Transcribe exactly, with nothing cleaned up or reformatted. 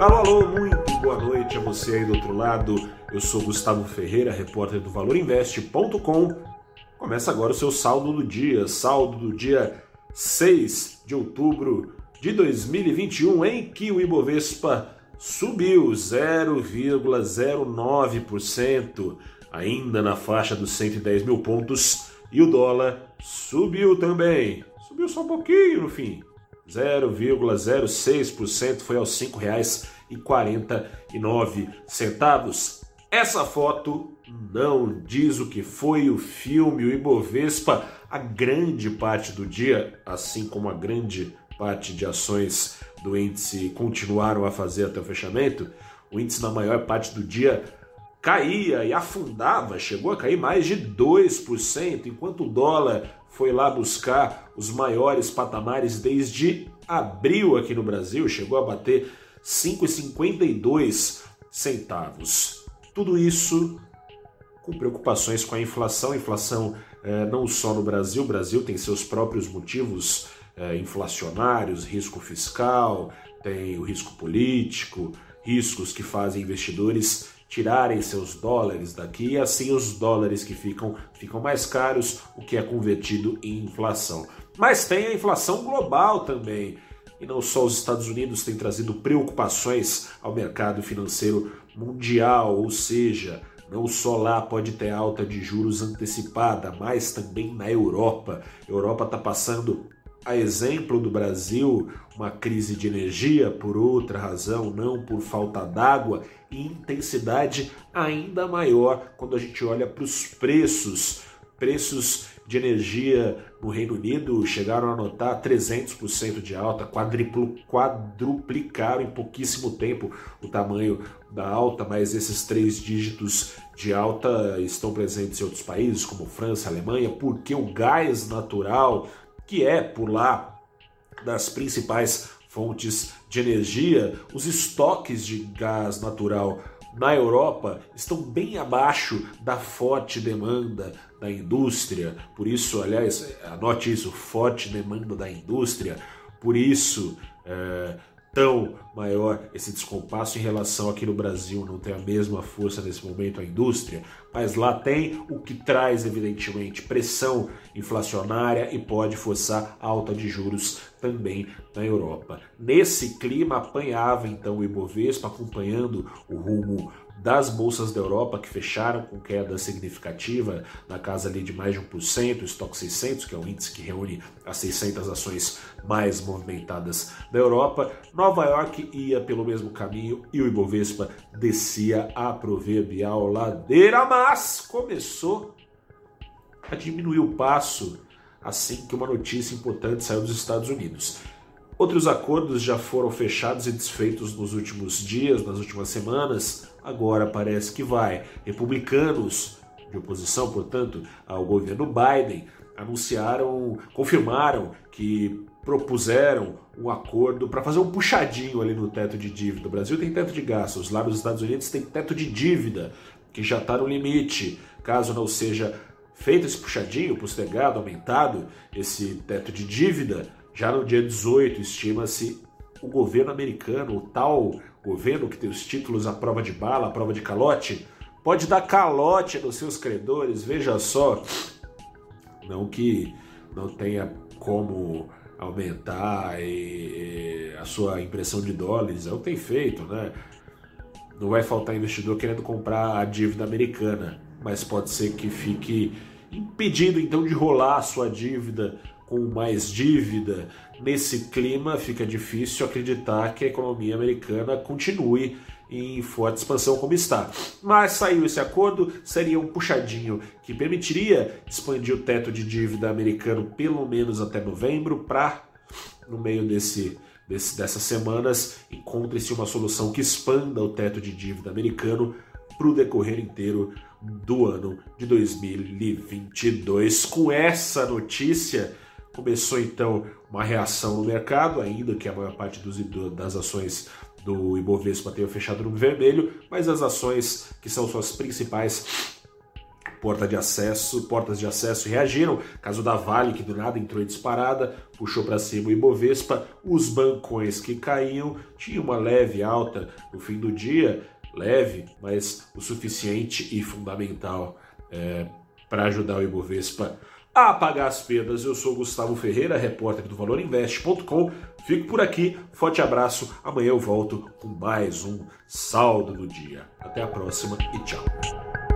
Alô, alô, muito boa noite a você aí do outro lado. Eu sou Gustavo Ferreira, repórter do valor investe ponto com. Começa agora o seu saldo do dia, saldo do dia seis de outubro de dois mil e vinte e um, em que o Ibovespa subiu zero vírgula zero nove por cento, ainda na faixa dos cento e dez mil pontos, e o dólar subiu também, subiu só um pouquinho no fim, zero vírgula zero seis por cento, foi aos cinco reais e quarenta e nove centavos. Essa foto não diz o que foi o filme, o Ibovespa, a grande parte do dia, assim como a grande parte de ações do índice continuaram a fazer até o fechamento. O índice na maior parte do dia caía e afundava, chegou a cair mais de dois por cento, enquanto o dólar foi lá buscar os maiores patamares desde abril aqui no Brasil, chegou a bater cinco reais e cinquenta e dois centavos. Tudo isso com preocupações com a inflação, inflação eh, não só no Brasil, o Brasil tem seus próprios motivos eh, inflacionários, risco fiscal, tem o risco político, riscos que fazem investidores tirarem seus dólares daqui, e assim os dólares que ficam, ficam mais caros, o que é convertido em inflação. Mas tem a inflação global também, e não só os Estados Unidos têm trazido preocupações ao mercado financeiro mundial, ou seja, não só lá pode ter alta de juros antecipada, mas também na Europa. A Europa está passando, a exemplo do Brasil, uma crise de energia por outra razão, não por falta d'água, e intensidade ainda maior quando a gente olha para os preços. Preços de energia no Reino Unido chegaram a notar trezentos por cento de alta, quadriplo, quadruplicaram em pouquíssimo tempo o tamanho da alta, mas esses três dígitos de alta estão presentes em outros países, como França, Alemanha, porque o gás natural, que é por lá das principais fontes de energia, os estoques de gás natural na Europa estão bem abaixo da forte demanda da indústria. Por isso, aliás, anote isso, forte demanda da indústria, por isso é tão maior esse descompasso em relação aqui no Brasil, não tem a mesma força nesse momento a indústria, mas lá tem, o que traz evidentemente pressão inflacionária e pode forçar alta de juros também na Europa. Nesse clima apanhava então o Ibovespa, acompanhando o rumo das bolsas da Europa, que fecharam com queda significativa na casa ali de mais de um por cento, o Stoxx seiscentos, que é o índice que reúne as seiscentas ações mais movimentadas da Europa. Nova York ia pelo mesmo caminho e o Ibovespa descia a proverbial ladeira, mas começou a diminuir o passo assim que uma notícia importante saiu dos Estados Unidos. Outros acordos já foram fechados e desfeitos nos últimos dias, nas últimas semanas. Agora parece que vai. Republicanos de oposição, portanto, ao governo Biden, anunciaram, confirmaram que propuseram um acordo para fazer um puxadinho ali no teto de dívida. O Brasil tem teto de gastos, lá nos Estados Unidos tem teto de dívida, que já está no limite. Caso não seja feito esse puxadinho, postergado, aumentado, esse teto de dívida, já no dia dezoito, estima-se, o governo americano, o tal governo que tem os títulos à prova de bala, à prova de calote, pode dar calote nos seus credores. Veja só, não que não tenha como aumentar e, e a sua impressão de dólares, é o que tem feito, né? Não vai faltar investidor querendo comprar a dívida americana, mas pode ser que fique impedido então de rolar a sua dívida com mais dívida. Nesse clima fica difícil acreditar que a economia americana continue em forte expansão como está. Mas saiu esse acordo, seria um puxadinho que permitiria expandir o teto de dívida americano pelo menos até novembro, para, no meio desse, desse, dessas semanas, encontre-se uma solução que expanda o teto de dívida americano para o decorrer inteiro do ano de dois mil e vinte e dois. Com essa notícia, começou então uma reação no mercado, ainda que a maior parte dos, das ações do Ibovespa tenha fechado no vermelho, mas as ações que são suas principais porta de acesso, portas de acesso reagiram. Caso da Vale, que do nada entrou em disparada, puxou para cima o Ibovespa. Os bancões que caíam tinham uma leve alta no fim do dia, leve, mas o suficiente e fundamental é, para ajudar o Ibovespa a apagar as perdas. Eu sou Gustavo Ferreira, repórter do valor invest ponto com. Fico por aqui, forte abraço. Amanhã eu volto com mais um saldo do dia. Até a próxima e tchau.